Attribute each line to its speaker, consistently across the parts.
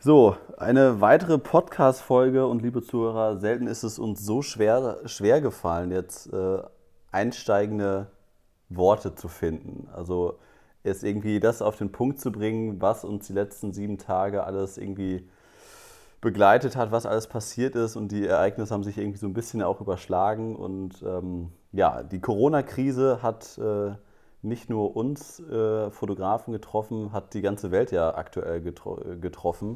Speaker 1: So, eine weitere Podcast-Folge und liebe Zuhörer, selten ist es uns so schwer gefallen, jetzt einsteigende Worte zu finden. Also jetzt irgendwie das auf den Punkt zu bringen, was uns die letzten 7 Tage alles irgendwie begleitet hat, was alles passiert ist, und die Ereignisse haben sich irgendwie so ein bisschen auch überschlagen, und ja, die Corona-Krise hat nicht nur uns Fotografen getroffen, hat die ganze Welt ja aktuell getroffen.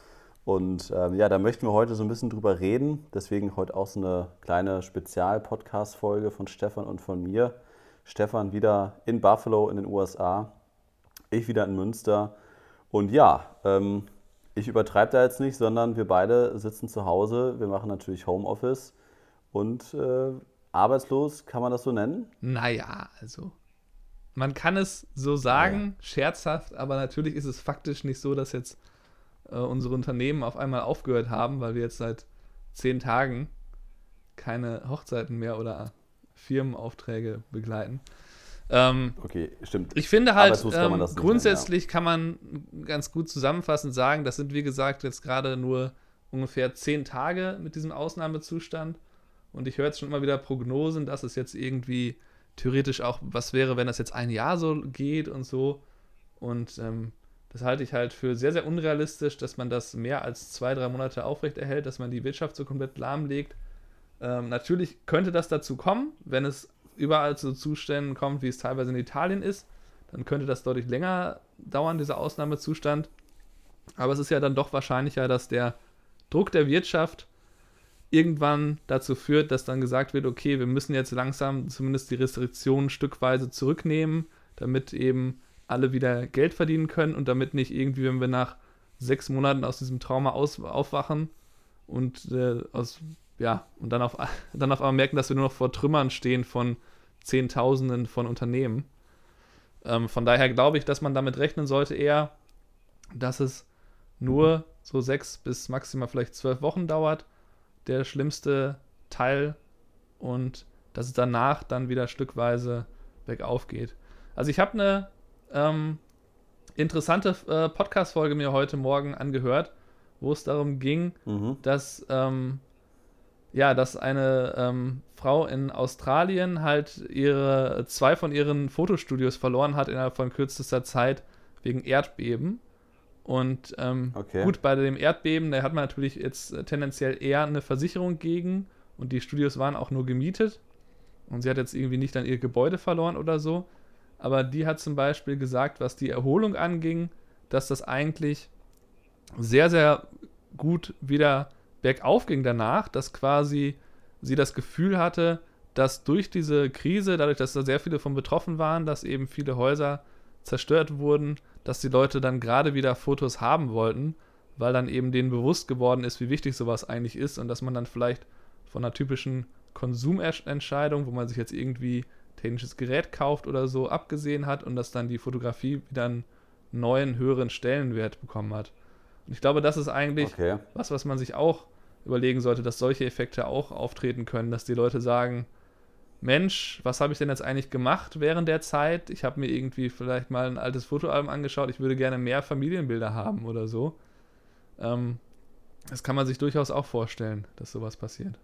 Speaker 1: Und ja, da möchten wir heute so ein bisschen drüber reden. Deswegen heute auch so eine kleine Spezial-Podcast-Folge von Stefan und von mir. Stefan wieder in Buffalo in den USA, ich wieder in Münster. Und ja, ich übertreibe da jetzt nicht, sondern wir beide sitzen zu Hause. Wir machen natürlich Homeoffice und arbeitslos, kann man das so nennen?
Speaker 2: Naja, also man kann es so
Speaker 1: Naja.
Speaker 2: sagen, scherzhaft, aber natürlich ist es faktisch nicht so, dass jetzt unsere Unternehmen auf einmal aufgehört haben, weil wir jetzt seit 10 Tagen keine Hochzeiten mehr oder Firmenaufträge begleiten.
Speaker 1: Okay, stimmt.
Speaker 2: Ich finde halt,
Speaker 1: Arbeitslos kann man das nicht nennen, ja.
Speaker 2: grundsätzlich kann man ganz gut zusammenfassend sagen, das sind wie gesagt jetzt gerade nur ungefähr 10 Tage mit diesem Ausnahmezustand. Und ich höre jetzt schon immer wieder Prognosen, dass es jetzt irgendwie theoretisch auch was wäre, wenn das jetzt ein Jahr so geht und so. Und das halte ich halt für sehr, sehr unrealistisch, dass man das mehr als 2, 3 Monate aufrechterhält, dass man die Wirtschaft so komplett lahmlegt. Natürlich könnte das dazu kommen, wenn es überall zu Zuständen kommt, wie es teilweise in Italien ist, dann könnte das deutlich länger dauern, dieser Ausnahmezustand. Aber es ist ja dann doch wahrscheinlicher, dass der Druck der Wirtschaft irgendwann dazu führt, dass dann gesagt wird, okay, wir müssen jetzt langsam zumindest die Restriktionen stückweise zurücknehmen, damit eben alle wieder Geld verdienen können und damit nicht irgendwie, wenn wir nach 6 Monaten aus diesem Trauma aufwachen und und dann auf einmal merken, dass wir nur noch vor Trümmern stehen von Zehntausenden von Unternehmen. Von daher glaube ich, dass man damit rechnen sollte eher, dass es nur so 6 bis maximal vielleicht 12 Wochen dauert, der schlimmste Teil, und dass es danach dann wieder stückweise bergauf geht. Also ich habe eine interessante Podcast-Folge mir heute Morgen angehört, wo es darum ging,
Speaker 1: Mhm.
Speaker 2: dass dass eine Frau in Australien halt zwei von ihren Fotostudios verloren hat innerhalb von kürzester Zeit wegen Erdbeben. Und
Speaker 1: Okay.
Speaker 2: gut, bei dem Erdbeben, da hat man natürlich jetzt tendenziell eher eine Versicherung gegen, und die Studios waren auch nur gemietet und sie hat jetzt irgendwie nicht dann ihr Gebäude verloren oder so. Aber die hat zum Beispiel gesagt, was die Erholung anging, dass das eigentlich sehr, sehr gut wieder bergauf ging danach, dass quasi sie das Gefühl hatte, dass durch diese Krise, dadurch, dass da sehr viele von betroffen waren, dass eben viele Häuser zerstört wurden, dass die Leute dann gerade wieder Fotos haben wollten, weil dann eben denen bewusst geworden ist, wie wichtig sowas eigentlich ist, und dass man dann vielleicht von einer typischen Konsumentscheidung, wo man sich jetzt irgendwie technisches Gerät kauft oder so, abgesehen hat und dass dann die Fotografie wieder einen neuen, höheren Stellenwert bekommen hat. Und ich glaube, das ist eigentlich
Speaker 1: Okay.
Speaker 2: was man sich auch überlegen sollte, dass solche Effekte auch auftreten können, dass die Leute sagen, Mensch, was habe ich denn jetzt eigentlich gemacht während der Zeit? Ich habe mir irgendwie vielleicht mal ein altes Fotoalbum angeschaut, ich würde gerne mehr Familienbilder haben oder so. Ähm, Das kann man sich durchaus auch vorstellen, dass sowas passiert.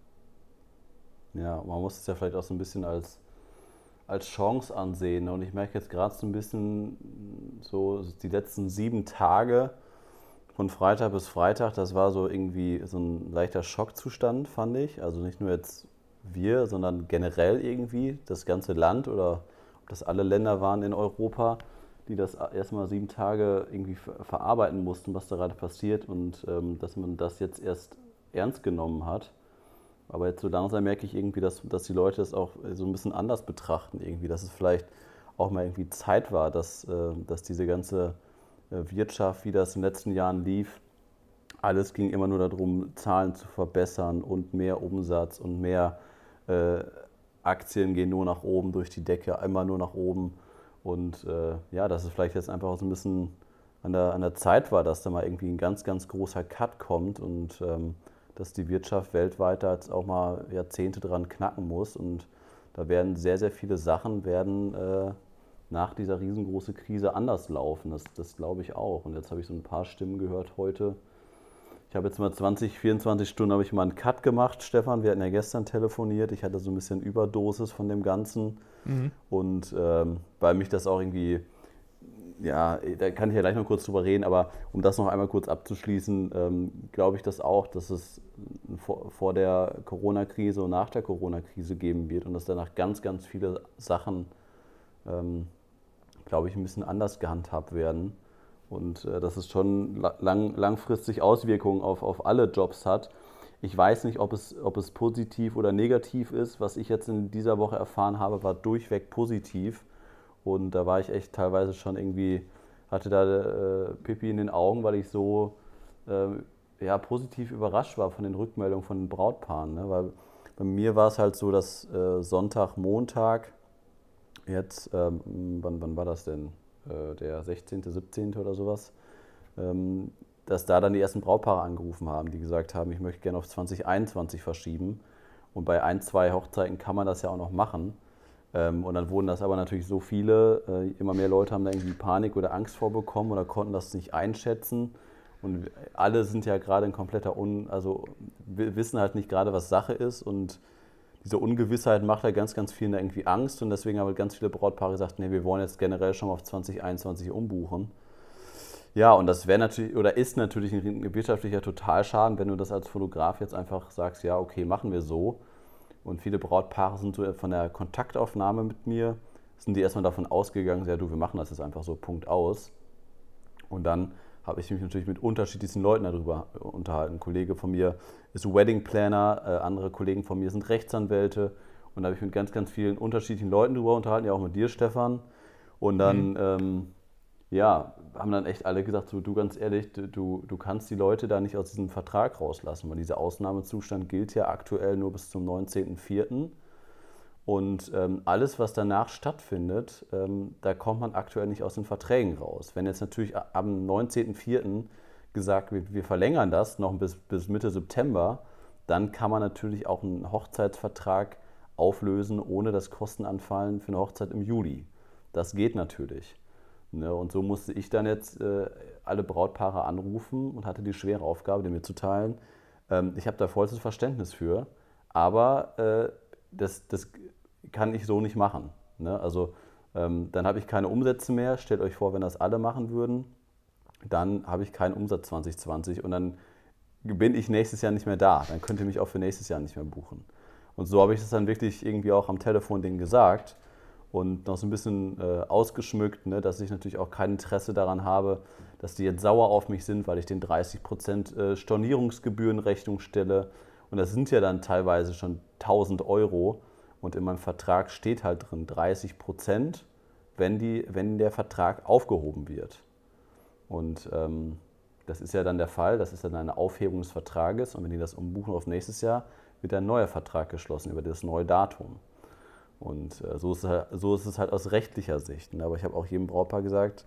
Speaker 1: Ja, man muss es ja vielleicht auch so ein bisschen als Chance ansehen. Und ich merke jetzt gerade so ein bisschen so die letzten 7 Tage von Freitag bis Freitag, das war so irgendwie so ein leichter Schockzustand, fand ich. Also nicht nur jetzt wir, sondern generell irgendwie das ganze Land, oder ob das alle Länder waren in Europa, die das erstmal 7 Tage irgendwie verarbeiten mussten, was da gerade passiert, und dass man das jetzt erst ernst genommen hat. Aber jetzt so langsam merke ich irgendwie, dass die Leute es auch so ein bisschen anders betrachten irgendwie, dass es vielleicht auch mal irgendwie Zeit war, dass diese ganze Wirtschaft, wie das in den letzten Jahren lief, alles ging immer nur darum, Zahlen zu verbessern und mehr Umsatz und mehr äh, Aktien gehen nur nach oben durch die Decke, immer nur nach oben. Und ja, dass es vielleicht jetzt einfach auch so ein bisschen an der Zeit war, dass da mal irgendwie ein ganz, ganz großer Cut kommt, und dass die Wirtschaft weltweit da jetzt auch mal Jahrzehnte dran knacken muss. Und da werden sehr, sehr viele Sachen nach dieser riesengroßen Krise anders laufen. Das glaube ich auch. Und jetzt habe ich so ein paar Stimmen gehört heute, Ich habe jetzt mal 20, 24 Stunden habe ich mal einen Cut gemacht, Stefan. Wir hatten ja gestern telefoniert. Ich hatte so ein bisschen Überdosis von dem Ganzen.
Speaker 2: Mhm.
Speaker 1: Und weil mich das auch irgendwie, ja, da kann ich ja gleich noch kurz drüber reden, aber um das noch einmal kurz abzuschließen, glaube ich das auch, dass es vor der Corona-Krise und nach der Corona-Krise geben wird und dass danach ganz, ganz viele Sachen, glaube ich, ein bisschen anders gehandhabt werden. Und dass es schon langfristig Auswirkungen auf alle Jobs hat. Ich weiß nicht, ob es positiv oder negativ ist. Was ich jetzt in dieser Woche erfahren habe, war durchweg positiv. Und da war ich echt teilweise schon irgendwie, hatte da Pipi in den Augen, weil ich so ja, positiv überrascht war von den Rückmeldungen von den Brautpaaren. Ne? Weil bei mir war es halt so, dass Sonntag, Montag, jetzt, wann war das denn? Der 16., 17. oder sowas, dass da dann die ersten Brautpaare angerufen haben, die gesagt haben, ich möchte gerne auf 2021 verschieben. Und bei ein, zwei Hochzeiten kann man das ja auch noch machen. Und dann wurden das aber natürlich so viele, immer mehr Leute haben da irgendwie Panik oder Angst vorbekommen oder konnten das nicht einschätzen. Und alle sind ja gerade in kompletter also wissen halt nicht gerade, was Sache ist. Und diese Ungewissheit macht halt ganz, ganz vielen da irgendwie Angst. Und deswegen haben halt ganz viele Brautpaare gesagt, nee, wir wollen jetzt generell schon mal auf 2021 umbuchen. Ja, und das wäre natürlich oder ist natürlich ein wirtschaftlicher Totalschaden, wenn du das als Fotograf jetzt einfach sagst, ja, okay, machen wir so. Und viele Brautpaare sind so von der Kontaktaufnahme mit mir, sind die erstmal davon ausgegangen, ja, du, wir machen das jetzt einfach so, Punkt aus. Und dann habe ich mich natürlich mit unterschiedlichsten Leuten darüber unterhalten. Ein Kollege von mir ist Wedding Planner, andere Kollegen von mir sind Rechtsanwälte. Und da habe ich mit ganz, ganz vielen unterschiedlichen Leuten darüber unterhalten, ja auch mit dir, Stefan. Und
Speaker 2: Mhm.
Speaker 1: dann ja, haben dann echt alle gesagt, so, du ganz ehrlich, du kannst die Leute da nicht aus diesem Vertrag rauslassen, weil dieser Ausnahmezustand gilt ja aktuell nur bis zum 19.04. Und alles, was danach stattfindet, da kommt man aktuell nicht aus den Verträgen raus. Wenn jetzt natürlich am 19.04. gesagt wird, wir verlängern das noch bis Mitte September, dann kann man natürlich auch einen Hochzeitsvertrag auflösen, ohne dass Kosten anfallen für eine Hochzeit im Juli. Das geht natürlich. Ne, und so musste ich dann jetzt alle Brautpaare anrufen und hatte die schwere Aufgabe, denen mitzuteilen. Ich habe da vollstes Verständnis für, aber das kann ich so nicht machen. Ne? Also dann habe ich keine Umsätze mehr. Stellt euch vor, wenn das alle machen würden, dann habe ich keinen Umsatz 2020 und dann bin ich nächstes Jahr nicht mehr da. Dann könnt ihr mich auch für nächstes Jahr nicht mehr buchen. Und so habe ich das dann wirklich irgendwie auch am Telefon denen gesagt und noch so ein bisschen ausgeschmückt, ne, dass ich natürlich auch kein Interesse daran habe, dass die jetzt sauer auf mich sind, weil ich den 30% Stornierungsgebühren Rechnung stelle. Und das sind ja dann teilweise schon 1.000 € und in meinem Vertrag steht halt drin 30%, wenn der Vertrag aufgehoben wird. Und das ist ja dann der Fall, das ist dann eine Aufhebung des Vertrages und wenn die das umbuchen auf nächstes Jahr, wird ein neuer Vertrag geschlossen über das neue Datum. Und so ist es halt aus rechtlicher Sicht. Ne? Aber ich habe auch jedem Brautpaar gesagt,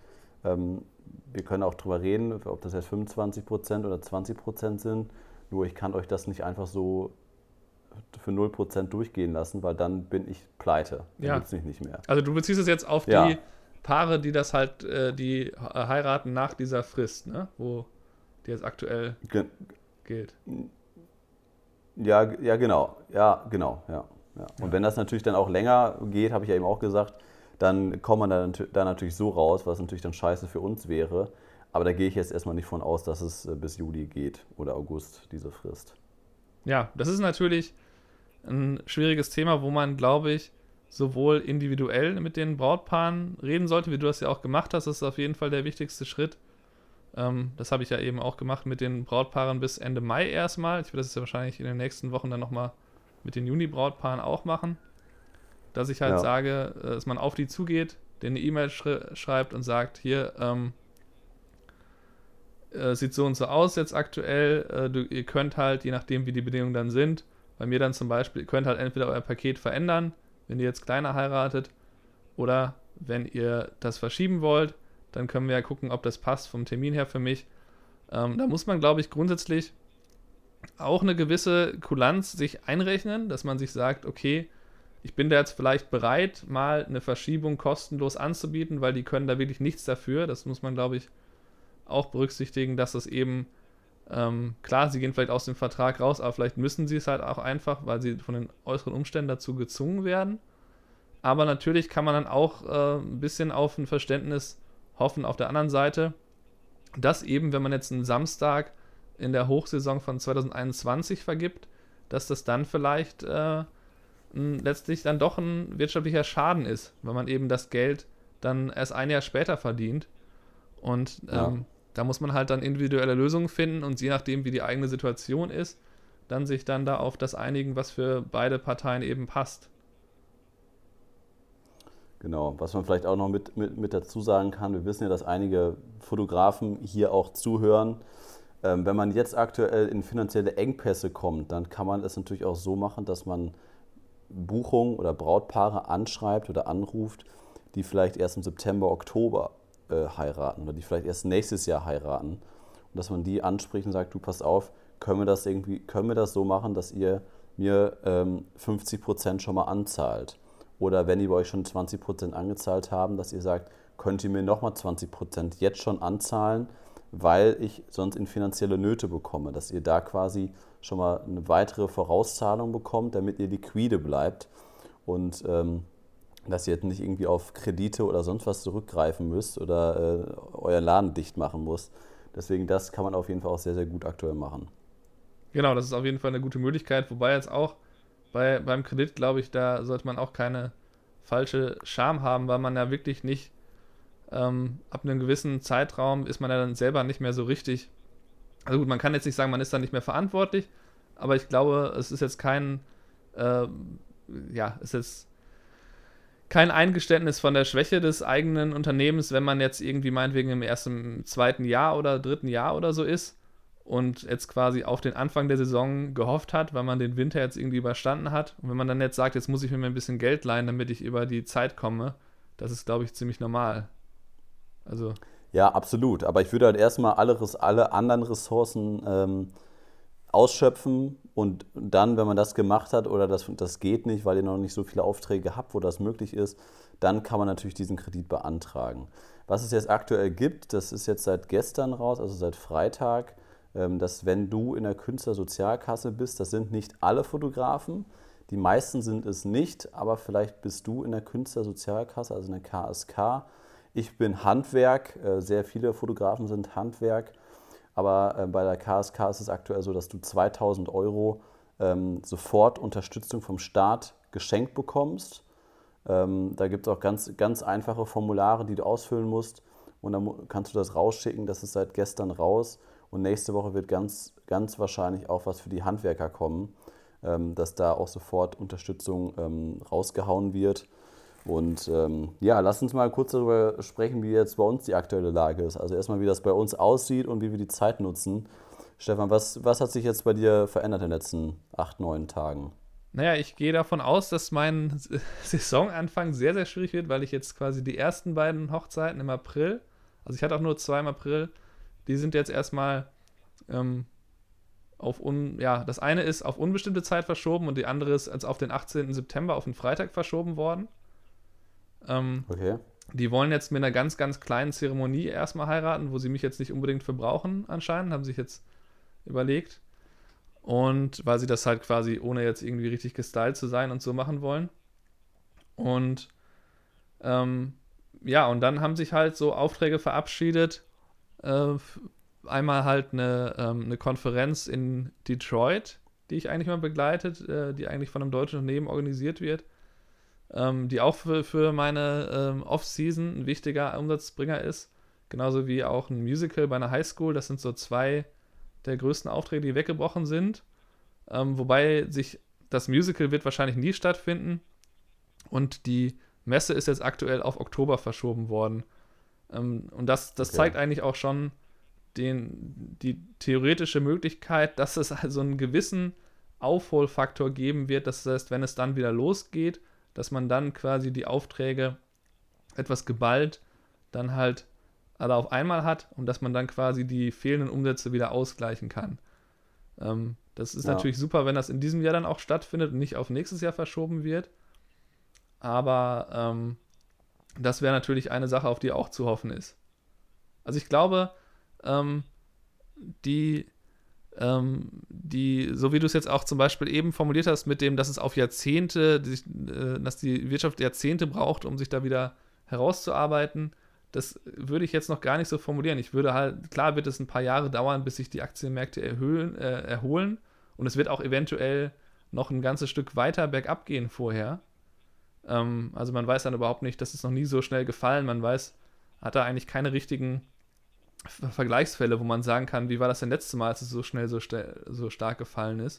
Speaker 1: wir können auch drüber reden, ob das jetzt 25% oder 20% sind. Nur ich kann euch das nicht einfach so für 0% durchgehen lassen, weil dann bin ich pleite. Dann
Speaker 2: Ja,
Speaker 1: gibt es mich nicht mehr.
Speaker 2: also du beziehst es jetzt auf die
Speaker 1: Ja,
Speaker 2: Paare, die das halt, die heiraten nach dieser Frist, ne? Wo die jetzt aktuell
Speaker 1: ge
Speaker 2: gilt.
Speaker 1: ja, genau. Ja, genau. Ja, ja. Und
Speaker 2: Ja.
Speaker 1: wenn das natürlich dann auch länger geht, habe ich ja eben auch gesagt, dann kommt man da natürlich so raus, was natürlich dann scheiße für uns wäre. Aber da gehe ich jetzt erstmal nicht von aus, dass es bis Juli geht oder August, diese Frist.
Speaker 2: Ja, das ist natürlich ein schwieriges Thema, wo man, glaube ich, sowohl individuell mit den Brautpaaren reden sollte, wie du das ja auch gemacht hast. Das ist auf jeden Fall der wichtigste Schritt. Das habe ich ja eben auch gemacht mit den Brautpaaren bis Ende Mai erstmal. Ich werde das ja wahrscheinlich in den nächsten Wochen dann nochmal mit den Juni-Brautpaaren auch machen. Dass ich halt
Speaker 1: Ja,
Speaker 2: sage, dass man auf die zugeht, denen eine E-Mail schreibt und sagt, hier, sieht so und so aus jetzt aktuell. Ihr könnt halt, je nachdem wie die Bedingungen dann sind, bei mir dann zum Beispiel, ihr könnt halt entweder euer Paket verändern, wenn ihr jetzt kleiner heiratet, oder wenn ihr das verschieben wollt, dann können wir ja gucken, ob das passt vom Termin her für mich. Da muss man, glaube ich, grundsätzlich auch eine gewisse Kulanz sich einrechnen, dass man sich sagt, okay, ich bin da jetzt vielleicht bereit, mal eine Verschiebung kostenlos anzubieten, weil die können da wirklich nichts dafür. Das muss man, glaube ich, auch berücksichtigen, dass das eben Klar, sie gehen vielleicht aus dem Vertrag raus, aber vielleicht müssen sie es halt auch einfach, weil sie von den äußeren Umständen dazu gezwungen werden. Aber natürlich kann man dann auch ein bisschen auf ein Verständnis hoffen auf der anderen Seite, dass eben, wenn man jetzt einen Samstag in der Hochsaison von 2021 vergibt, dass das dann vielleicht letztlich dann doch ein wirtschaftlicher Schaden ist, weil man eben das Geld dann erst ein Jahr später verdient. Und da muss man halt dann individuelle Lösungen finden und je nachdem, wie die eigene Situation ist, dann sich dann da auf das einigen, was für beide Parteien eben passt.
Speaker 1: Genau, was man vielleicht auch noch mit dazu sagen kann, wir wissen ja, dass einige Fotografen hier auch zuhören. Wenn man jetzt aktuell in finanzielle Engpässe kommt, dann kann man es natürlich auch so machen, dass man Buchungen oder Brautpaare anschreibt oder anruft, die vielleicht erst im September, Oktober heiraten oder die vielleicht erst nächstes Jahr heiraten. Und dass man die anspricht und sagt, du pass auf, können wir das so machen, dass ihr mir 50% schon mal anzahlt. Oder wenn die bei euch schon 20% angezahlt haben, dass ihr sagt, könnt ihr mir nochmal 20% jetzt schon anzahlen, weil ich sonst in finanzielle Nöte bekomme. Dass ihr da quasi schon mal eine weitere Vorauszahlung bekommt, damit ihr liquide bleibt und dass ihr jetzt nicht irgendwie auf Kredite oder sonst was zurückgreifen müsst oder euer Laden dicht machen müsst. Deswegen, das kann man auf jeden Fall auch sehr, sehr gut aktuell machen.
Speaker 2: Genau, das ist auf jeden Fall eine gute Möglichkeit, wobei jetzt auch beim Kredit, glaube ich, da sollte man auch keine falsche Scham haben, weil man ja wirklich nicht, ab einem gewissen Zeitraum ist man ja dann selber nicht mehr so richtig. Also gut, man kann jetzt nicht sagen, man ist dann nicht mehr verantwortlich, aber ich glaube, es ist jetzt äh, ist jetzt kein Eingeständnis von der Schwäche des eigenen Unternehmens, wenn man jetzt irgendwie meinetwegen im ersten, zweiten Jahr oder dritten Jahr oder so ist und jetzt quasi auf den Anfang der Saison gehofft hat, weil man den Winter jetzt irgendwie überstanden hat. Und wenn man dann jetzt sagt, jetzt muss ich mir ein bisschen Geld leihen, damit ich über die Zeit komme, das ist, glaube ich, ziemlich normal. Also,
Speaker 1: Ja, absolut. Aber ich würde halt erstmal alle anderen Ressourcen ausschöpfen und dann, wenn man das gemacht hat oder das geht nicht, weil ihr noch nicht so viele Aufträge habt, wo das möglich ist, dann kann man natürlich diesen Kredit beantragen. Was es jetzt aktuell gibt, das ist jetzt seit gestern raus, also seit Freitag, dass wenn du in der Künstlersozialkasse bist, das sind nicht alle Fotografen, die meisten sind es nicht, aber vielleicht bist du in der Künstlersozialkasse, also in der KSK. Ich bin Handwerk, sehr viele Fotografen sind Handwerk. Aber bei der KSK ist es aktuell so, dass du 2.000 € sofort Unterstützung vom Staat geschenkt bekommst. Da gibt es auch ganz, ganz einfache Formulare, die du ausfüllen musst. Und dann kannst du das rausschicken. Das ist seit gestern raus. Und nächste Woche wird ganz, ganz wahrscheinlich auch was für die Handwerker kommen, dass da auch sofort Unterstützung rausgehauen wird. Und ja, lass uns mal kurz darüber sprechen, wie jetzt bei uns die aktuelle Lage ist. Also erstmal, wie das bei uns aussieht und wie wir die Zeit nutzen. Stefan, was hat sich jetzt bei dir verändert in den letzten 8, 9 Tagen?
Speaker 2: naja, ich gehe davon aus, dass mein Saisonanfang sehr, sehr schwierig wird, weil ich jetzt quasi die ersten beiden Hochzeiten im April, also ich hatte auch nur zwei im April, die sind jetzt erstmal ähm, das eine ist auf unbestimmte Zeit verschoben und die andere ist als auf den 18. September auf den Freitag verschoben worden. Ähm,
Speaker 1: Okay.
Speaker 2: Die wollen jetzt mit einer ganz, ganz kleinen Zeremonie erstmal heiraten, wo sie mich jetzt nicht unbedingt für brauchen anscheinend, haben sich jetzt überlegt. Und weil sie das halt quasi ohne jetzt irgendwie richtig gestylt zu sein und so machen wollen. Und ähm, ja, und dann haben sich halt so Aufträge verabschiedet. Einmal halt eine Konferenz in Detroit, die ich eigentlich mal begleitet, die eigentlich von einem deutschen Unternehmen organisiert wird, die auch für meine Off-Season ein wichtiger Umsatzbringer ist. Genauso wie auch ein Musical bei einer Highschool. Das sind so zwei der größten Aufträge, die weggebrochen sind. Wobei sich das Musical wird wahrscheinlich nie stattfinden und die Messe ist jetzt aktuell auf Oktober verschoben worden. Und das
Speaker 1: Okay.
Speaker 2: zeigt eigentlich auch schon die theoretische Möglichkeit, dass es also einen gewissen Aufholfaktor geben wird. Das heißt, wenn es dann wieder losgeht, dass man dann quasi die Aufträge etwas geballt dann halt alle auf einmal hat und dass man dann quasi die fehlenden Umsätze wieder ausgleichen kann. Das ist
Speaker 1: Ja.
Speaker 2: natürlich super, wenn das in diesem Jahr dann auch stattfindet und nicht auf nächstes Jahr verschoben wird. Aber das wäre natürlich eine Sache, auf die auch zu hoffen ist. Also ich glaube, ähm, die die, so wie du es jetzt auch zum Beispiel eben formuliert hast, mit dem, dass es auf Jahrzehnte, dass die Wirtschaft Jahrzehnte braucht, um sich da wieder herauszuarbeiten, das würde ich jetzt noch gar nicht so formulieren. Ich würde halt, klar wird es ein paar Jahre dauern, bis sich die Aktienmärkte erholen und es wird auch eventuell noch ein ganzes Stück weiter bergab gehen vorher. Also man weiß dann überhaupt nicht, das ist noch nie so schnell gefallen. Man hat da eigentlich keine richtigen Vergleichsfälle, wo man sagen kann, wie war das denn letzte Mal, als es so schnell so stark gefallen ist.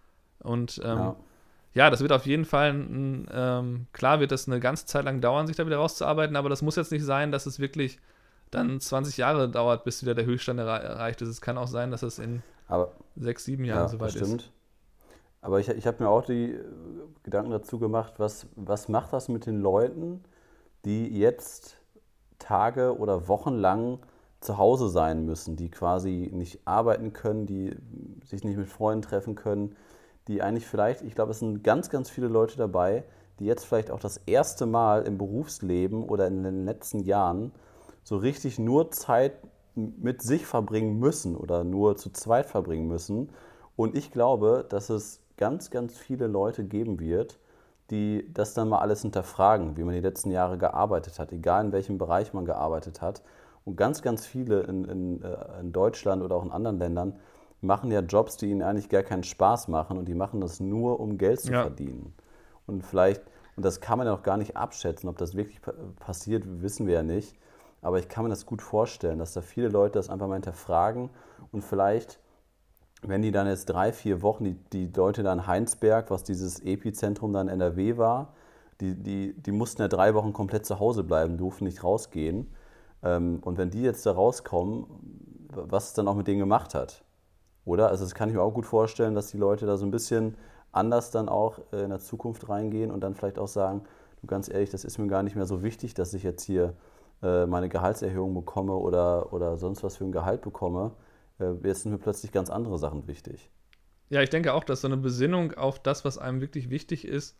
Speaker 2: Und das wird auf jeden Fall, klar wird das eine ganze Zeit lang dauern, sich da wieder rauszuarbeiten, aber das muss jetzt nicht sein, dass es wirklich dann 20 Jahre dauert, bis wieder der Höchststand erreicht ist. Es kann auch sein, dass es in 6, 7 Jahren soweit ist.
Speaker 1: Aber ich habe mir auch die Gedanken dazu gemacht, was macht das mit den Leuten, die jetzt Tage oder Wochen lang zu Hause sein müssen, die quasi nicht arbeiten können, die sich nicht mit Freunden treffen können, die eigentlich vielleicht, ich glaube, es sind ganz, ganz viele Leute dabei, die jetzt vielleicht auch das erste Mal im Berufsleben oder in den letzten Jahren so richtig nur Zeit mit sich verbringen müssen oder nur zu zweit verbringen müssen. Und ich glaube, dass es ganz, ganz viele Leute geben wird, die das dann mal alles hinterfragen, wie man die letzten Jahre gearbeitet hat, egal in welchem Bereich man gearbeitet hat. Und ganz, ganz viele in Deutschland oder auch in anderen Ländern machen ja Jobs, die ihnen eigentlich gar keinen Spaß machen und die machen das nur, um Geld zu verdienen. Und das kann man ja auch gar nicht abschätzen, ob das wirklich passiert, wissen wir ja nicht. Aber ich kann mir das gut vorstellen, dass da viele Leute das einfach mal hinterfragen und vielleicht, wenn die dann jetzt 3, 4 Wochen, die Leute da in Heinsberg, was dieses Epizentrum dann in NRW war, die mussten ja 3 Wochen komplett zu Hause bleiben, durften nicht rausgehen. Und wenn die jetzt da rauskommen, was es dann auch mit denen gemacht hat. Oder? Also das kann ich mir auch gut vorstellen, dass die Leute da so ein bisschen anders dann auch in der Zukunft reingehen und dann vielleicht auch sagen, du, ganz ehrlich, das ist mir gar nicht mehr so wichtig, dass ich jetzt hier meine Gehaltserhöhung bekomme oder sonst was für ein Gehalt bekomme. Jetzt sind mir plötzlich ganz andere Sachen wichtig.
Speaker 2: Ja, ich denke auch, dass so eine Besinnung auf das, was einem wirklich wichtig ist,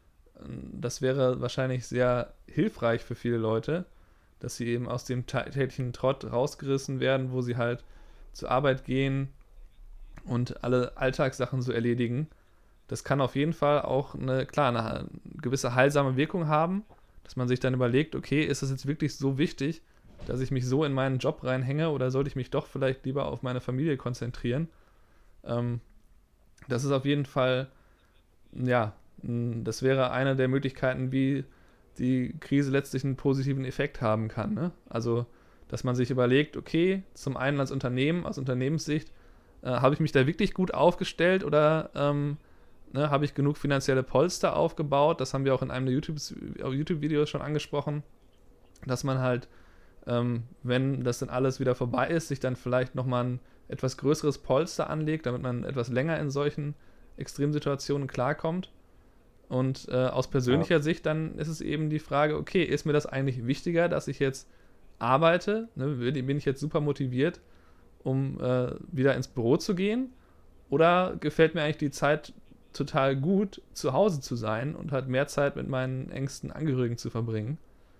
Speaker 2: das wäre wahrscheinlich sehr hilfreich für viele Leute, dass sie eben aus dem täglichen Trott rausgerissen werden, wo sie halt zur Arbeit gehen und alle Alltagssachen so erledigen. Das kann auf jeden Fall auch eine gewisse heilsame Wirkung haben, dass man sich dann überlegt, okay, ist das jetzt wirklich so wichtig, dass ich mich so in meinen Job reinhänge oder sollte ich mich doch vielleicht lieber auf meine Familie konzentrieren? Das ist auf jeden Fall, das wäre eine der Möglichkeiten, wie die Krise letztlich einen positiven Effekt haben kann. Ne? Also, dass man sich überlegt, okay, zum einen als Unternehmen, aus Unternehmenssicht, habe ich mich da wirklich gut aufgestellt oder habe ich genug finanzielle Polster aufgebaut? Das haben wir auch in einem der YouTube-Videos schon angesprochen, dass man halt, wenn das dann alles wieder vorbei ist, sich dann vielleicht nochmal ein etwas größeres Polster anlegt, damit man etwas länger in solchen Extremsituationen klarkommt. Und aus persönlicher Sicht dann ist es eben die Frage, okay, ist mir das eigentlich wichtiger, dass ich jetzt arbeite? Ne, bin ich jetzt super motiviert, um wieder ins Büro zu gehen? Oder gefällt mir eigentlich die Zeit total gut, zu Hause zu sein und halt mehr Zeit mit meinen engsten Angehörigen zu verbringen?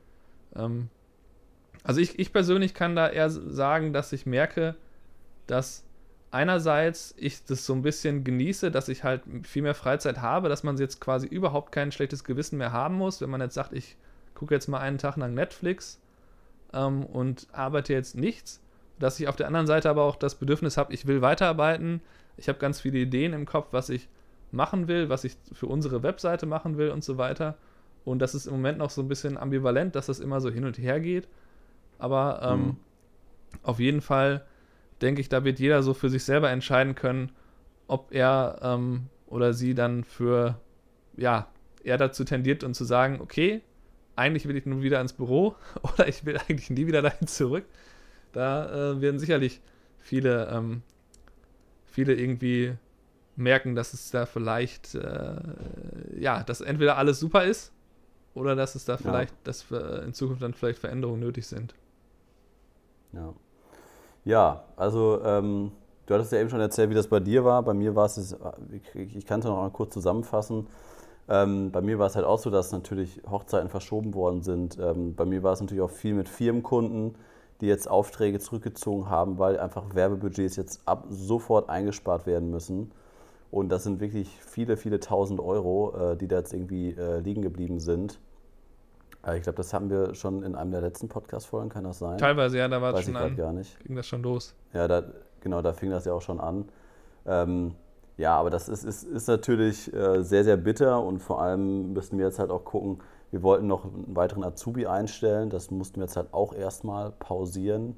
Speaker 2: Also ich persönlich kann da eher sagen, dass ich merke, dass einerseits ich das so ein bisschen genieße, dass ich halt viel mehr Freizeit habe, dass man jetzt quasi überhaupt kein schlechtes Gewissen mehr haben muss, wenn man jetzt sagt, ich gucke jetzt mal einen Tag lang Netflix und arbeite jetzt nichts, dass ich auf der anderen Seite aber auch das Bedürfnis habe, ich will weiterarbeiten, ich habe ganz viele Ideen im Kopf, was ich machen will, was ich für unsere Webseite machen will und so weiter, und das ist im Moment noch so ein bisschen ambivalent, dass das immer so hin und her geht, aber auf jeden Fall denke ich, da wird jeder so für sich selber entscheiden können, ob er oder sie dann eher dazu tendiert und zu sagen, okay, eigentlich will ich nun wieder ins Büro oder ich will eigentlich nie wieder dahin zurück. Da werden sicherlich viele irgendwie merken, dass es da vielleicht, dass entweder alles super ist oder dass es da vielleicht, dass in Zukunft dann vielleicht Veränderungen nötig sind.
Speaker 1: Ja. Ja, also du hattest ja eben schon erzählt, wie das bei dir war. Bei mir war es, ich kann es noch mal kurz zusammenfassen. Bei mir war es halt auch so, dass natürlich Hochzeiten verschoben worden sind. Bei mir war es natürlich auch viel mit Firmenkunden, die jetzt Aufträge zurückgezogen haben, weil einfach Werbebudgets jetzt ab sofort eingespart werden müssen. Und das sind wirklich viele, viele tausend Euro, die da jetzt irgendwie liegen geblieben sind. Ich glaube, das haben wir schon in einem der letzten Podcast-Folgen, kann das sein?
Speaker 2: Teilweise, ja, da war es
Speaker 1: Weiß ich
Speaker 2: schon
Speaker 1: gerade gar nicht.
Speaker 2: ging das schon los.
Speaker 1: Ja, genau, da fing das ja auch schon an. Ja, aber das ist natürlich sehr, sehr bitter und vor allem müssen wir jetzt halt auch gucken, wir wollten noch einen weiteren Azubi einstellen, das mussten wir jetzt halt auch erstmal pausieren,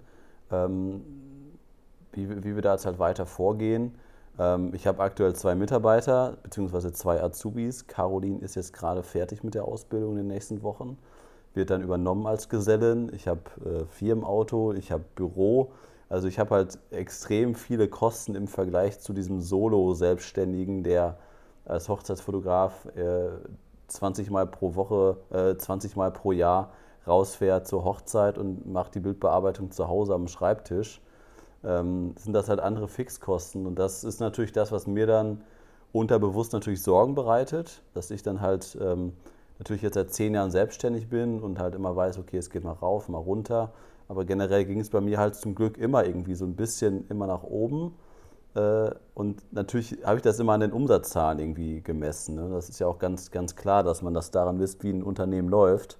Speaker 1: wie wir da jetzt halt weiter vorgehen. Ich habe aktuell 2 Mitarbeiter, beziehungsweise 2 Azubis. Caroline ist jetzt gerade fertig mit der Ausbildung in den nächsten Wochen, wird dann übernommen als Gesellin. Ich habe Firmenauto, ich habe Büro. Also ich habe halt extrem viele Kosten im Vergleich zu diesem Solo-Selbstständigen, der als Hochzeitsfotograf 20 Mal pro Woche, 20 Mal pro Jahr rausfährt zur Hochzeit und macht die Bildbearbeitung zu Hause am Schreibtisch. Sind das halt andere Fixkosten. Und das ist natürlich das, was mir dann unterbewusst natürlich Sorgen bereitet, dass ich dann halt natürlich jetzt seit 10 Jahren selbstständig bin und halt immer weiß, okay, es geht mal rauf, mal runter. Aber generell ging es bei mir halt zum Glück immer irgendwie so ein bisschen immer nach oben. Und natürlich habe ich das immer an den Umsatzzahlen irgendwie gemessen. Ne? Das ist ja auch ganz, ganz klar, dass man das daran misst, wie ein Unternehmen läuft.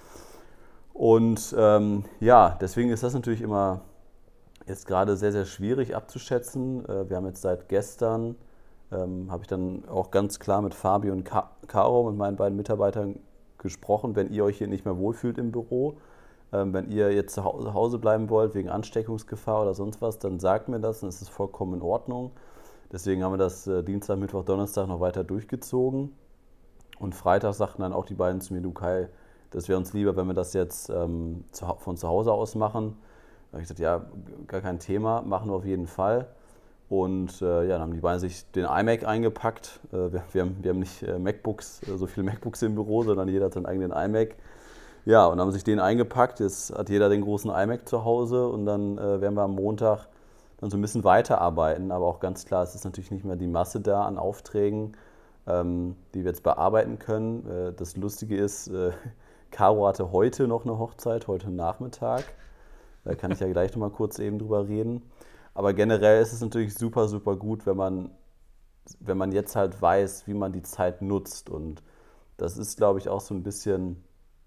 Speaker 1: Und ja, deswegen ist das natürlich immer jetzt gerade sehr, sehr schwierig abzuschätzen. Wir haben jetzt seit gestern, habe ich dann auch ganz klar mit Fabi und Caro, mit meinen beiden Mitarbeitern gesprochen, wenn ihr euch hier nicht mehr wohlfühlt im Büro, wenn ihr jetzt zu Hause bleiben wollt wegen Ansteckungsgefahr oder sonst was, dann sagt mir das und es ist vollkommen in Ordnung. Deswegen haben wir das Dienstag, Mittwoch, Donnerstag noch weiter durchgezogen. Und Freitag sagten dann auch die beiden zu mir, du Kai, das wäre uns lieber, wenn wir das jetzt von zu Hause aus machen. Da habe ich gesagt, ja, gar kein Thema, machen wir auf jeden Fall. Und ja, dann haben die beiden sich den iMac eingepackt. Wir haben nicht MacBooks, so viele MacBooks im Büro, sondern jeder hat seinen eigenen iMac. Ja, und haben sich den eingepackt. Jetzt hat jeder den großen iMac zu Hause und dann werden wir am Montag dann so ein bisschen weiterarbeiten. Aber auch ganz klar, es ist natürlich nicht mehr die Masse da an Aufträgen, die wir jetzt bearbeiten können. Das Lustige ist, Caro hatte heute noch eine Hochzeit, heute Nachmittag. Da kann ich ja gleich nochmal kurz eben drüber reden. Aber generell ist es natürlich super, super gut, wenn man jetzt halt weiß, wie man die Zeit nutzt. Und das ist, glaube ich, auch so ein bisschen,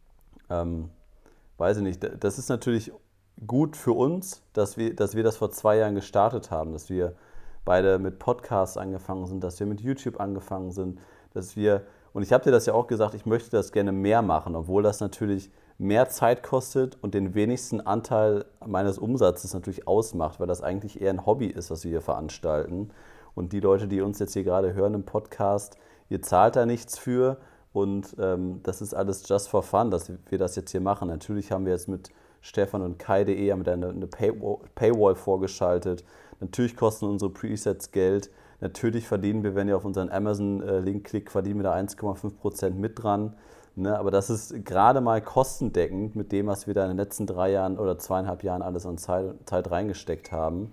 Speaker 1: weiß ich nicht, das ist natürlich gut für uns, dass wir das vor 2 Jahren gestartet haben, dass wir beide mit Podcasts angefangen sind, dass wir mit YouTube angefangen sind, und ich habe dir das ja auch gesagt, ich möchte das gerne mehr machen, obwohl das natürlich mehr Zeit kostet und den wenigsten Anteil meines Umsatzes natürlich ausmacht, weil das eigentlich eher ein Hobby ist, was wir hier veranstalten. Und die Leute, die uns jetzt hier gerade hören im Podcast, ihr zahlt da nichts für und das ist alles just for fun, dass wir das jetzt hier machen. Natürlich haben wir jetzt mit Stefan und Kai.de eine Paywall vorgeschaltet. Natürlich kosten unsere Presets Geld. Natürlich verdienen wir, wenn ihr auf unseren Amazon-Link klickt, verdienen wir da 1,5% mit dran. Ne? Aber das ist gerade mal kostendeckend mit dem, was wir da in den letzten 3 Jahren oder 2,5 Jahren alles an Zeit reingesteckt haben.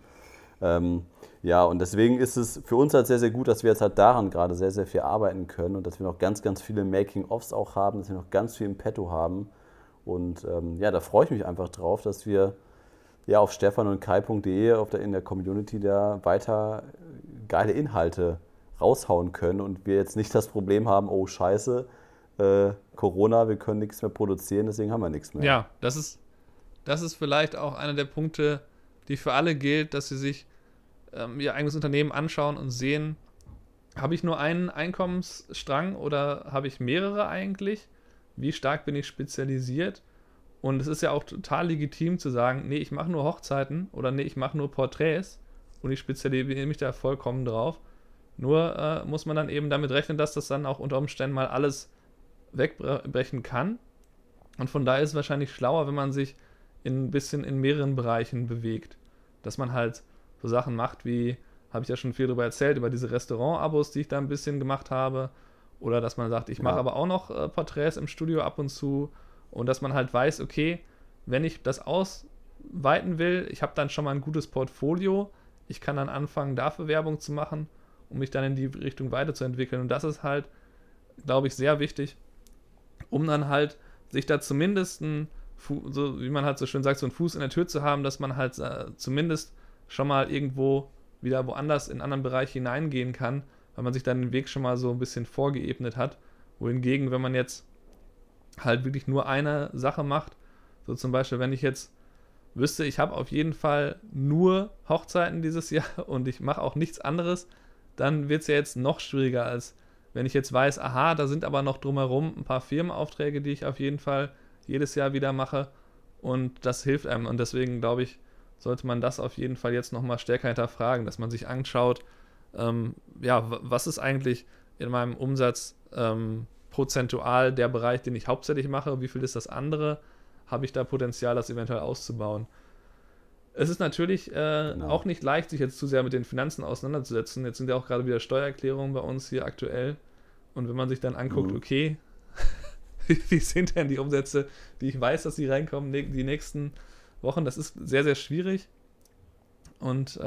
Speaker 1: Ja, und deswegen ist es für uns halt sehr, sehr gut, dass wir jetzt halt daran gerade sehr, sehr viel arbeiten können und dass wir noch ganz, ganz viele Making-ofs auch haben, dass wir noch ganz viel im Petto haben. Und ja, da freue ich mich einfach drauf, dass wir ja auf stefanundkai.de in der Community da weiter geile Inhalte raushauen können und wir jetzt nicht das Problem haben, oh Scheiße, Corona, wir können nichts mehr produzieren, deswegen haben wir nichts mehr.
Speaker 2: Ja, das ist vielleicht auch einer der Punkte, die für alle gilt, dass sie sich ihr eigenes Unternehmen anschauen und sehen, habe ich nur einen Einkommensstrang oder habe ich mehrere eigentlich? Wie stark bin ich spezialisiert? Und es ist ja auch total legitim zu sagen, nee, ich mache nur Hochzeiten oder nee, ich mache nur Porträts und ich spezialisiere mich da vollkommen drauf. Nur muss man dann eben damit rechnen, dass das dann auch unter Umständen mal alles wegbrechen kann. Und von daher ist es wahrscheinlich schlauer, wenn man sich ein bisschen in mehreren Bereichen bewegt. Dass man halt so Sachen macht wie, habe ich ja schon viel darüber erzählt, über diese Restaurant-Abos, die ich da ein bisschen gemacht habe. Oder dass man sagt, ich mache aber auch noch Porträts im Studio ab und zu. Und dass man halt weiß, okay, wenn ich das ausweiten will, ich habe dann schon mal ein gutes Portfolio, ich kann dann anfangen, dafür Werbung zu machen, um mich dann in die Richtung weiterzuentwickeln. Und das ist halt, glaube ich, sehr wichtig, um dann halt sich da zumindest ein so wie man halt so schön sagt, so einen Fuß in der Tür zu haben, dass man halt zumindest schon mal irgendwo wieder woanders in einen anderen Bereich hineingehen kann, weil man sich dann den Weg schon mal so ein bisschen vorgeebnet hat. Wohingegen, wenn man jetzt halt wirklich nur eine Sache macht, so zum Beispiel, wenn ich jetzt wüsste, ich habe auf jeden Fall nur Hochzeiten dieses Jahr und ich mache auch nichts anderes, dann wird es ja jetzt noch schwieriger, als wenn ich jetzt weiß, aha, da sind aber noch drumherum ein paar Firmenaufträge, die ich auf jeden Fall jedes Jahr wieder mache und das hilft einem und deswegen glaube ich, sollte man das auf jeden Fall jetzt nochmal stärker hinterfragen, dass man sich anschaut, was ist eigentlich in meinem Umsatz prozentual der Bereich, den ich hauptsächlich mache, wie viel ist das andere, habe ich da Potenzial, das eventuell auszubauen. Es ist natürlich auch nicht leicht, sich jetzt zu sehr mit den Finanzen auseinanderzusetzen. Jetzt sind ja auch gerade wieder Steuererklärungen bei uns hier aktuell. Und wenn man sich dann anguckt, okay, wie sind denn die Umsätze, die ich weiß, dass sie reinkommen, die nächsten Wochen, das ist sehr, sehr schwierig. Und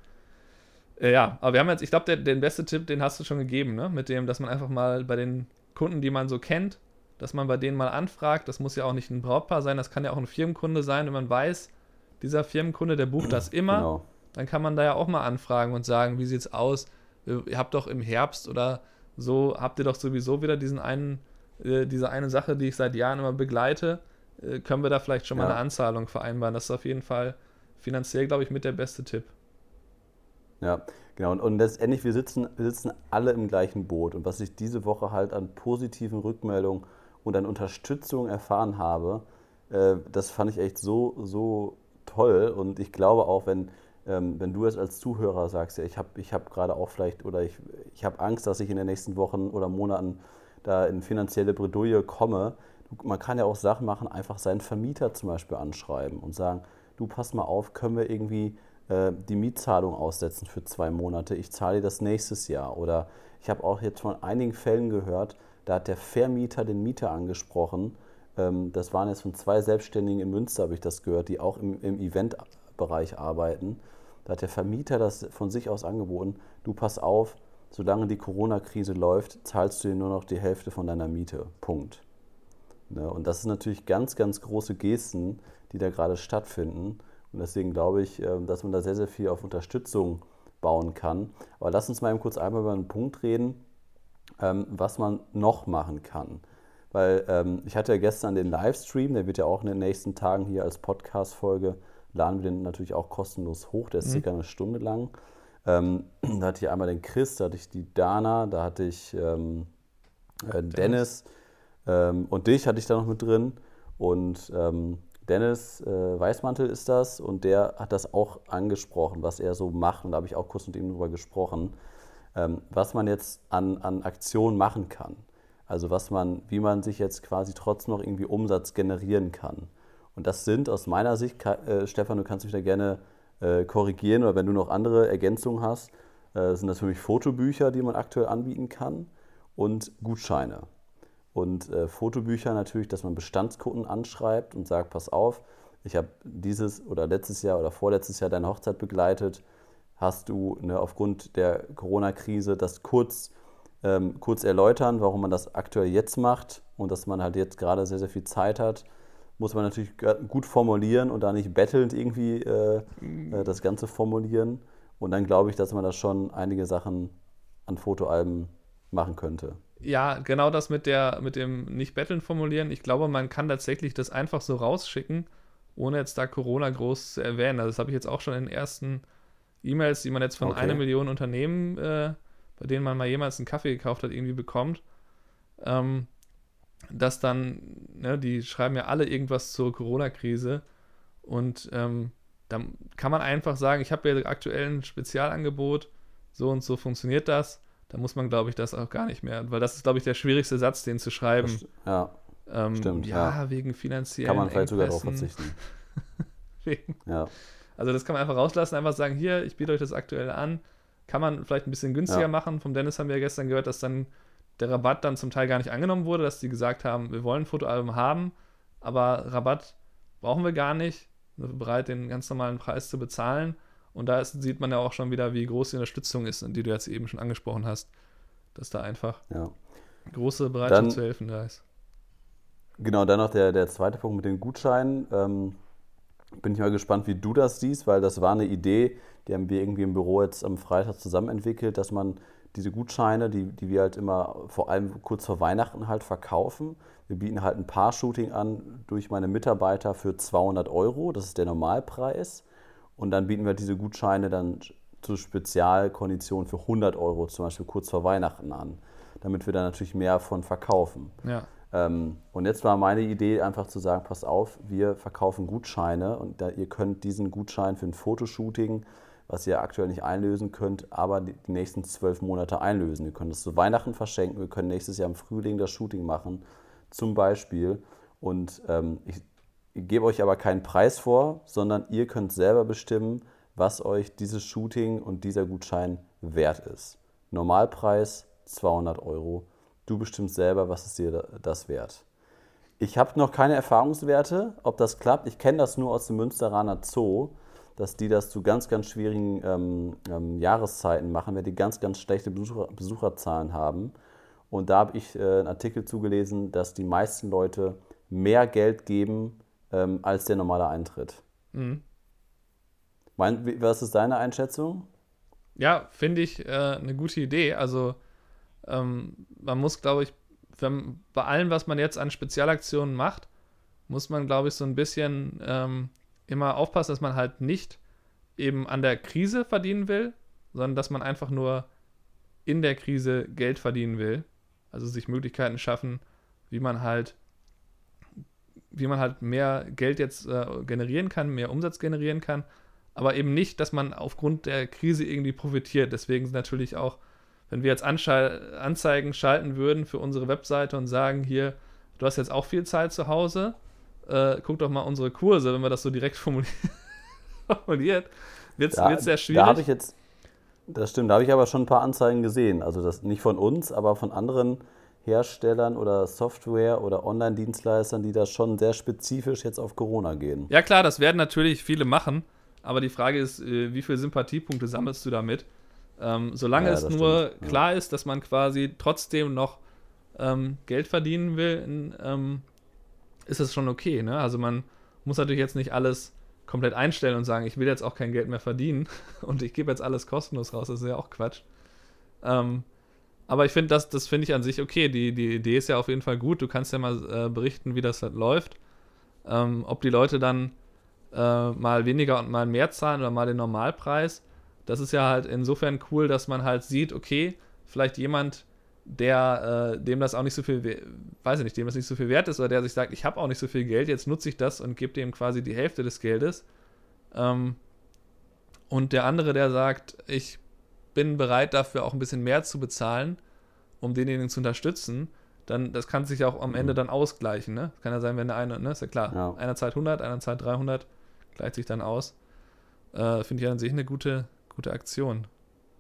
Speaker 2: aber wir haben jetzt, ich glaube, den beste Tipp, den hast du schon gegeben, ne? Mit dem, dass man einfach mal bei den Kunden, die man so kennt, dass man bei denen mal anfragt. Das muss ja auch nicht ein Brautpaar sein, das kann ja auch ein Firmenkunde sein, wenn man weiß, dieser Firmenkunde, der bucht das immer, genau. Dann kann man da ja auch mal anfragen und sagen, wie sieht's aus? Ihr habt doch im Herbst oder so, habt ihr doch sowieso wieder diese eine Sache, die ich seit Jahren immer begleite. Können wir da vielleicht schon mal eine Anzahlung vereinbaren? Das ist auf jeden Fall finanziell, glaube ich, mit der beste Tipp.
Speaker 1: Ja, genau. Und letztendlich, wir sitzen alle im gleichen Boot. Und was ich diese Woche halt an positiven Rückmeldungen und an Unterstützung erfahren habe, das fand ich echt so toll. Und ich glaube auch, wenn du jetzt als Zuhörer sagst, ja, ich hab gerade auch vielleicht, oder ich habe Angst, dass ich in den nächsten Wochen oder Monaten da in finanzielle Bredouille komme. Man kann ja auch Sachen machen, einfach seinen Vermieter zum Beispiel anschreiben und sagen, du, pass mal auf, können wir irgendwie die Mietzahlung aussetzen für 2 Monate, ich zahle dir das nächstes Jahr. Oder ich habe auch jetzt von einigen Fällen gehört, da hat der Vermieter den Mieter angesprochen. Das waren jetzt von 2 Selbstständigen in Münster, habe ich das gehört, die auch im Eventbereich arbeiten. Da hat der Vermieter das von sich aus angeboten, du, pass auf, solange die Corona-Krise läuft, zahlst du dir nur noch die Hälfte von deiner Miete. Punkt. Ne? Und das ist natürlich ganz, ganz große Gesten, die da gerade stattfinden. Und deswegen glaube ich, dass man da sehr, sehr viel auf Unterstützung bauen kann. Aber lass uns mal eben kurz einmal über einen Punkt reden, was man noch machen kann. Weil ich hatte ja gestern den Livestream, der wird ja auch in den nächsten Tagen hier als Podcast-Folge, laden wir den natürlich auch kostenlos hoch, der ist circa eine Stunde lang. Da hatte ich einmal den Chris, da hatte ich die Dana, da hatte ich Dennis und dich hatte ich da noch mit drin. Und Dennis Weißmantel ist das und der hat das auch angesprochen, was er so macht. Und da habe ich auch kurz mit ihm drüber gesprochen, was man jetzt an Aktionen machen kann. Also wie man sich jetzt quasi trotzdem noch irgendwie Umsatz generieren kann. Und das sind aus meiner Sicht, Stefan, du kannst mich da gerne korrigieren oder wenn du noch andere Ergänzungen hast, sind das für mich Fotobücher, die man aktuell anbieten kann und Gutscheine. Und Fotobücher natürlich, dass man Bestandskunden anschreibt und sagt, pass auf, ich habe dieses oder letztes Jahr oder vorletztes Jahr deine Hochzeit begleitet, hast du aufgrund der Corona-Krise das kurz erläutern, warum man das aktuell jetzt macht und dass man halt jetzt gerade sehr, sehr viel Zeit hat, muss man natürlich gut formulieren und da nicht bettelnd irgendwie das Ganze formulieren. Und dann glaube ich, dass man da schon einige Sachen an Fotoalben machen könnte.
Speaker 2: Ja, genau das mit dem Nicht-Betteln formulieren. Ich glaube, man kann tatsächlich das einfach so rausschicken, ohne jetzt da Corona groß zu erwähnen. Also das habe ich jetzt auch schon in den ersten E-Mails, die man jetzt von 1 Million Unternehmen, bei denen man mal jemals einen Kaffee gekauft hat, irgendwie bekommt. Dass dann, die schreiben ja alle irgendwas zur Corona-Krise und dann kann man einfach sagen, ich habe ja aktuell ein Spezialangebot, so und so funktioniert das. Da muss man, glaube ich, das auch gar nicht mehr, weil das ist, glaube ich, der schwierigste Satz, den zu schreiben.
Speaker 1: Stimmt.
Speaker 2: Ja, wegen finanziellen
Speaker 1: kann man vielleicht
Speaker 2: Engpässen.
Speaker 1: Sogar darauf verzichten.
Speaker 2: Also das kann man einfach rauslassen, einfach sagen, hier, ich biete euch das aktuell an. Kann man vielleicht ein bisschen günstiger machen. Vom Dennis haben wir ja gestern gehört, dass dann der Rabatt dann zum Teil gar nicht angenommen wurde, dass die gesagt haben, wir wollen ein Fotoalbum haben, aber Rabatt brauchen wir gar nicht. Wir sind bereit, den ganz normalen Preis zu bezahlen. Und da sieht man ja auch schon wieder, wie groß die Unterstützung ist, die du jetzt eben schon angesprochen hast. Dass da einfach große Bereitschaft zu helfen da ist.
Speaker 1: Genau, dann noch der zweite Punkt mit den Gutscheinen. Bin ich mal gespannt, wie du das siehst, weil das war eine Idee, die haben wir irgendwie im Büro jetzt am Freitag zusammen entwickelt, dass man diese Gutscheine, die wir halt immer vor allem kurz vor Weihnachten halt verkaufen. Wir bieten halt ein Paar-Shooting an durch meine Mitarbeiter für 200 €, das ist der Normalpreis. Und dann bieten wir diese Gutscheine dann zu Spezialkonditionen für 100 € zum Beispiel kurz vor Weihnachten an, damit wir dann natürlich mehr von verkaufen.
Speaker 2: Ja.
Speaker 1: Und jetzt war meine Idee einfach zu sagen, passt auf, wir verkaufen Gutscheine und ihr könnt diesen Gutschein für ein Fotoshooting, was ihr aktuell nicht einlösen könnt, aber die nächsten 12 Monate einlösen. Ihr könnt es zu Weihnachten verschenken, wir können nächstes Jahr im Frühling das Shooting machen, zum Beispiel. Und ich gebe euch aber keinen Preis vor, sondern ihr könnt selber bestimmen, was euch dieses Shooting und dieser Gutschein wert ist. Normalpreis 200 €. Du bestimmst selber, was ist dir das wert. Ich habe noch keine Erfahrungswerte, ob das klappt. Ich kenne das nur aus dem Münsteraner Zoo, dass die das zu ganz, ganz schwierigen Jahreszeiten machen, wenn die ganz, ganz schlechte Besucherzahlen haben. Und da habe ich einen Artikel zugelesen, dass die meisten Leute mehr Geld geben als der normale Eintritt.
Speaker 2: Mhm.
Speaker 1: Was ist deine Einschätzung?
Speaker 2: Ja, finde ich eine gute Idee. Also man muss, glaube ich, bei allem, was man jetzt an Spezialaktionen macht, muss man, glaube ich, so ein bisschen immer aufpassen, dass man halt nicht eben an der Krise verdienen will, sondern dass man einfach nur in der Krise Geld verdienen will. Also sich Möglichkeiten schaffen, wie man halt mehr Geld jetzt generieren kann, mehr Umsatz generieren kann, aber eben nicht, dass man aufgrund der Krise irgendwie profitiert. Deswegen sind natürlich auch, wenn wir jetzt Anzeigen schalten würden für unsere Webseite und sagen, hier, du hast jetzt auch viel Zeit zu Hause, guck doch mal unsere Kurse, wenn man das so direkt formuliert, wird es sehr schwierig.
Speaker 1: Da habe ich jetzt, das stimmt, da habe ich aber schon ein paar Anzeigen gesehen. Also das nicht von uns, aber von anderen Herstellern oder Software- oder Online-Dienstleistern, die da schon sehr spezifisch jetzt auf Corona gehen.
Speaker 2: Ja klar, das werden natürlich viele machen, aber die Frage ist, wie viele Sympathiepunkte sammelst du damit? Solange es nur klar ist, dass man quasi trotzdem noch Geld verdienen will, ist es schon okay. Ne? Also man muss natürlich jetzt nicht alles komplett einstellen und sagen, ich will jetzt auch kein Geld mehr verdienen und ich gebe jetzt alles kostenlos raus. Das ist ja auch Quatsch. Aber ich finde, das finde ich an sich okay. Die Idee ist ja auf jeden Fall gut. Du kannst ja mal berichten, wie das halt läuft. Ob die Leute dann mal weniger und mal mehr zahlen oder mal den Normalpreis. Das ist ja halt insofern cool, dass man halt sieht, okay, vielleicht jemand, dem das auch nicht so viel, weiß ich nicht, dem das nicht so viel wert ist, oder der sich sagt, ich habe auch nicht so viel Geld, jetzt nutze ich das und gebe dem quasi die Hälfte des Geldes. Und der andere, der sagt, ich bin bereit dafür auch ein bisschen mehr zu bezahlen, um denjenigen zu unterstützen, dann, das kann sich auch am Ende dann ausgleichen, ne? Kann ja sein, wenn der eine, ne, ist ja klar,
Speaker 1: Ja.
Speaker 2: einer zahlt 100, einer zahlt 300, gleicht sich dann aus. Finde ich an sich eine gute Aktion.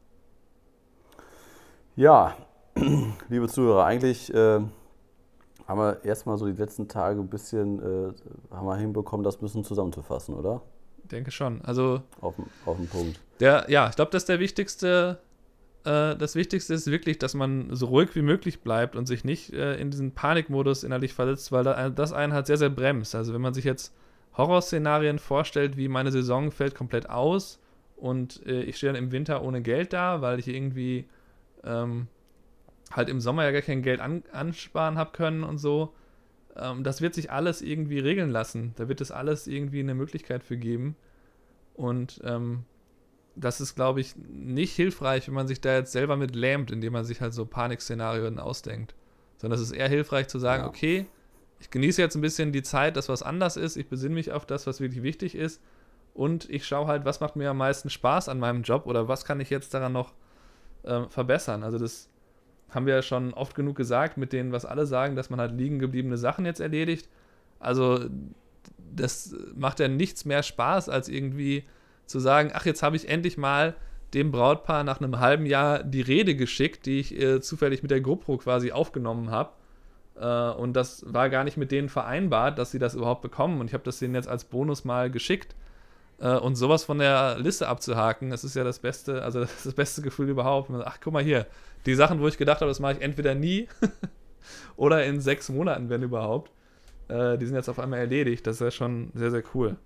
Speaker 1: Ja, liebe Zuhörer, eigentlich haben wir erstmal so die letzten Tage ein bisschen haben wir hinbekommen, das ein bisschen zusammenzufassen, oder?
Speaker 2: Ich denke schon. Also
Speaker 1: Auf den Punkt.
Speaker 2: ich glaube, das ist der wichtigste. Das Wichtigste ist wirklich, dass man so ruhig wie möglich bleibt und sich nicht in diesen Panikmodus innerlich versetzt, weil das einen halt sehr, sehr bremst. Also wenn man sich jetzt Horrorszenarien vorstellt, wie meine Saison fällt komplett aus und ich stehe dann im Winter ohne Geld da, weil ich irgendwie halt im Sommer ja gar kein Geld ansparen habe können und so. Das wird sich alles irgendwie regeln lassen. Da wird es alles irgendwie eine Möglichkeit für geben. Und das ist, glaube ich, nicht hilfreich, wenn man sich da jetzt selber mit lähmt, indem man sich halt so Panikszenarien ausdenkt. Sondern es ist eher hilfreich zu sagen, okay, ich genieße jetzt ein bisschen die Zeit, dass was anders ist, ich besinne mich auf das, was wirklich wichtig ist und ich schaue halt, was macht mir am meisten Spaß an meinem Job oder was kann ich jetzt daran noch verbessern. Also das haben wir ja schon oft genug gesagt, mit denen, was alle sagen, dass man halt liegen gebliebene Sachen jetzt erledigt. Also das macht ja nichts mehr Spaß, als irgendwie zu sagen, ach, jetzt habe ich endlich mal dem Brautpaar nach einem halben Jahr die Rede geschickt, die ich zufällig mit der GoPro quasi aufgenommen habe. Und das war gar nicht mit denen vereinbart, dass sie das überhaupt bekommen. Und ich habe das denen jetzt als Bonus mal geschickt. Und sowas von der Liste abzuhaken, das ist ja das Beste, also das ist das beste Gefühl überhaupt. Ach, guck mal hier, die Sachen, wo ich gedacht habe, das mache ich entweder nie oder in 6 Monaten, wenn überhaupt. die sind jetzt auf einmal erledigt. Das ist ja schon sehr, sehr cool.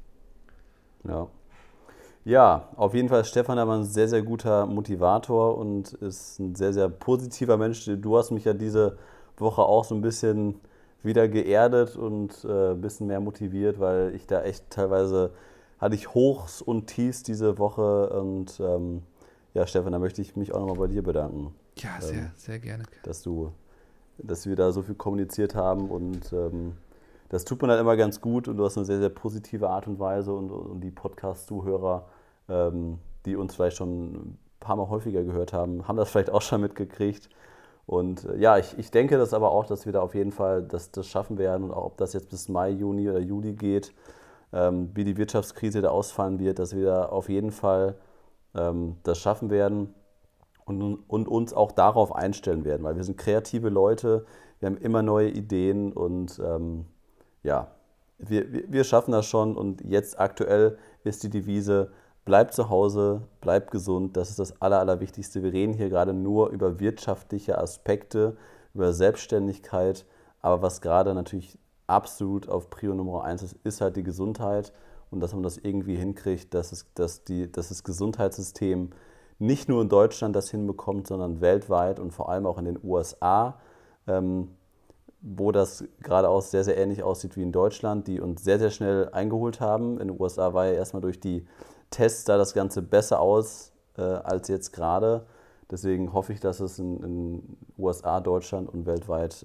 Speaker 1: Ja. Ja, auf jeden Fall ist Stefan aber ein sehr, sehr guter Motivator und ist ein sehr, sehr positiver Mensch. Du hast mich ja diese Woche auch so ein bisschen wieder geerdet und ein bisschen mehr motiviert, weil ich da echt teilweise hatte ich Hochs und Tiefs diese Woche und ja, Stefan, da möchte ich mich auch nochmal bei dir bedanken,
Speaker 2: Ja,
Speaker 1: ähm,
Speaker 2: sehr, sehr gerne.
Speaker 1: dass dass wir da so viel kommuniziert haben und das tut man halt immer ganz gut und du hast eine sehr, sehr positive Art und Weise und die Podcast-Zuhörer, die uns vielleicht schon ein paar Mal häufiger gehört haben, haben das vielleicht auch schon mitgekriegt. Und ja, ich denke das aber auch, dass wir da auf jeden Fall das schaffen werden und auch ob das jetzt bis Mai, Juni oder Juli geht, wie die Wirtschaftskrise da ausfallen wird, dass wir da auf jeden Fall das schaffen werden und uns auch darauf einstellen werden, weil wir sind kreative Leute, wir haben immer neue Ideen und ja, wir schaffen das schon und jetzt aktuell ist die Devise, bleib zu Hause, bleib gesund, das ist das Allerwichtigste. Wir reden hier gerade nur über wirtschaftliche Aspekte, über Selbstständigkeit, aber was gerade natürlich absolut auf Prio Nummer eins ist, ist halt die Gesundheit und dass man das irgendwie hinkriegt, dass das Gesundheitssystem nicht nur in Deutschland das hinbekommt, sondern weltweit und vor allem auch in den USA, ähm, wo das gerade auch sehr, sehr ähnlich aussieht wie in Deutschland, die uns sehr, sehr schnell eingeholt haben. In den USA war ja erstmal durch die Tests da das Ganze besser aus als jetzt gerade. Deswegen hoffe ich, dass es in USA, Deutschland und weltweit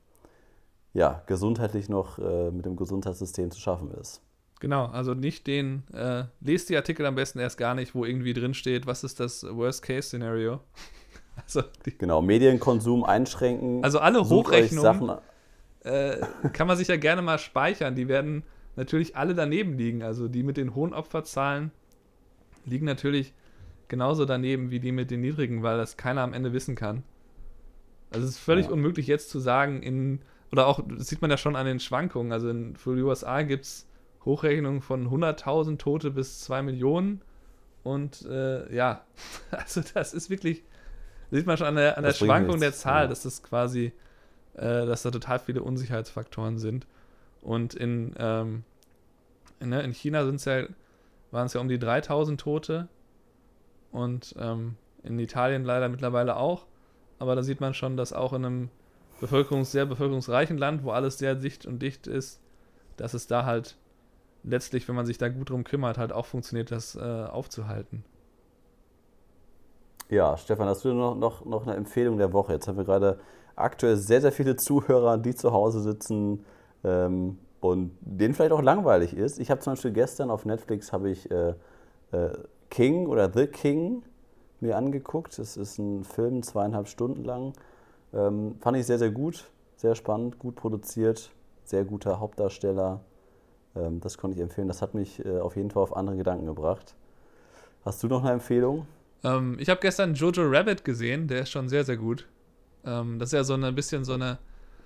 Speaker 1: ja, gesundheitlich noch mit dem Gesundheitssystem zu schaffen ist.
Speaker 2: Genau, also nicht lest die Artikel am besten erst gar nicht, wo irgendwie drin steht, was ist das Worst-Case-Szenario. Also,
Speaker 1: Genau, Medienkonsum einschränken,
Speaker 2: also alle
Speaker 1: sucht euch
Speaker 2: Hochrechnungen
Speaker 1: Sachen.
Speaker 2: kann man sich ja gerne mal speichern. Die werden natürlich alle daneben liegen. Also die mit den hohen Opferzahlen liegen natürlich genauso daneben wie die mit den niedrigen, weil das keiner am Ende wissen kann. Also es ist völlig
Speaker 1: Ja,
Speaker 2: unmöglich jetzt zu sagen, oder auch, das sieht man ja schon an den Schwankungen. Also für die USA gibt es Hochrechnungen von 100.000 Tote bis 2 Millionen. Und ja, also das ist wirklich, sieht man schon an der
Speaker 1: das bringt
Speaker 2: Schwankung der
Speaker 1: nichts.
Speaker 2: Zahl,
Speaker 1: Ja.
Speaker 2: dass das quasi, dass da total viele Unsicherheitsfaktoren sind. Und in China waren es ja um die 3.000 Tote und in Italien leider mittlerweile auch. Aber da sieht man schon, dass auch in einem sehr bevölkerungsreichen Land, wo alles sehr dicht und dicht ist, dass es da halt letztlich, wenn man sich da gut drum kümmert, halt auch funktioniert, das aufzuhalten.
Speaker 1: Ja, Stefan, hast du noch eine Empfehlung der Woche? Jetzt haben wir gerade aktuell sehr, sehr viele Zuhörer, die zu Hause sitzen und denen vielleicht auch langweilig ist. Ich habe zum Beispiel gestern auf Netflix habe ich King oder The King mir angeguckt. Das ist ein Film, 2,5 Stunden lang. Fand ich sehr, sehr gut, sehr spannend, gut produziert, sehr guter Hauptdarsteller. Das konnte ich empfehlen. Das hat mich auf jeden Fall auf andere Gedanken gebracht. Hast du noch eine Empfehlung?
Speaker 2: Ich habe gestern Jojo Rabbit gesehen, der ist schon sehr, sehr gut. Das ist ja so ein bisschen so eine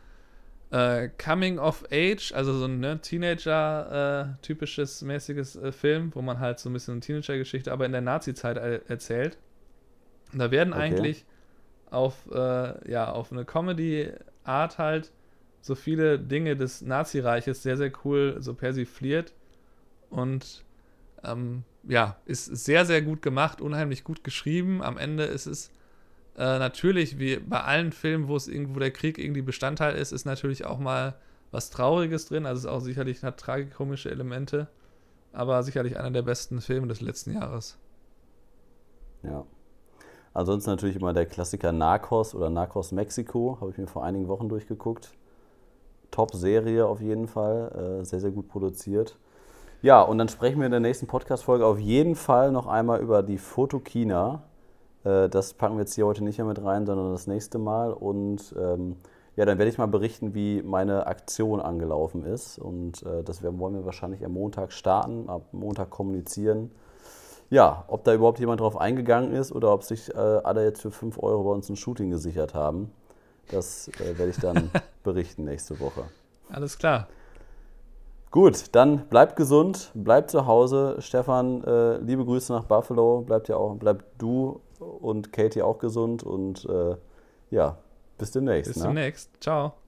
Speaker 2: Coming of Age, also so ein Teenager-typisches mäßiges Film, wo man halt so ein bisschen eine Teenager-Geschichte, aber in der Nazi-Zeit erzählt. Und da werden
Speaker 1: Okay.
Speaker 2: eigentlich auf eine Comedy-Art halt so viele Dinge des Nazireiches sehr, sehr cool so persifliert und ja, ist sehr, sehr gut gemacht, unheimlich gut geschrieben. Am Ende ist es natürlich, wie bei allen Filmen, wo der Krieg irgendwie Bestandteil ist, ist natürlich auch mal was Trauriges drin. Also es ist auch sicherlich hat tragikomische Elemente, aber sicherlich einer der besten Filme des letzten Jahres.
Speaker 1: Ja. Ansonsten natürlich immer der Klassiker Narcos oder Narcos Mexiko, habe ich mir vor einigen Wochen durchgeguckt. Top-Serie auf jeden Fall, sehr, sehr gut produziert. Ja, und dann sprechen wir in der nächsten Podcast-Folge auf jeden Fall noch einmal über die Photokina. Das packen wir jetzt hier heute nicht mehr mit rein, sondern das nächste Mal. Und ja, dann werde ich mal berichten, wie meine Aktion angelaufen ist. Und wollen wir wahrscheinlich am Montag starten, ab Montag kommunizieren. Ja, ob da überhaupt jemand drauf eingegangen ist oder ob sich alle jetzt für 5 Euro bei uns ein Shooting gesichert haben, das werde ich dann berichten nächste Woche.
Speaker 2: Alles klar.
Speaker 1: Gut, dann bleibt gesund, bleibt zu Hause. Stefan, liebe Grüße nach Buffalo. Bleib du und Katie auch gesund und ja, bis demnächst.
Speaker 2: Bis
Speaker 1: Ne?
Speaker 2: demnächst. Ciao.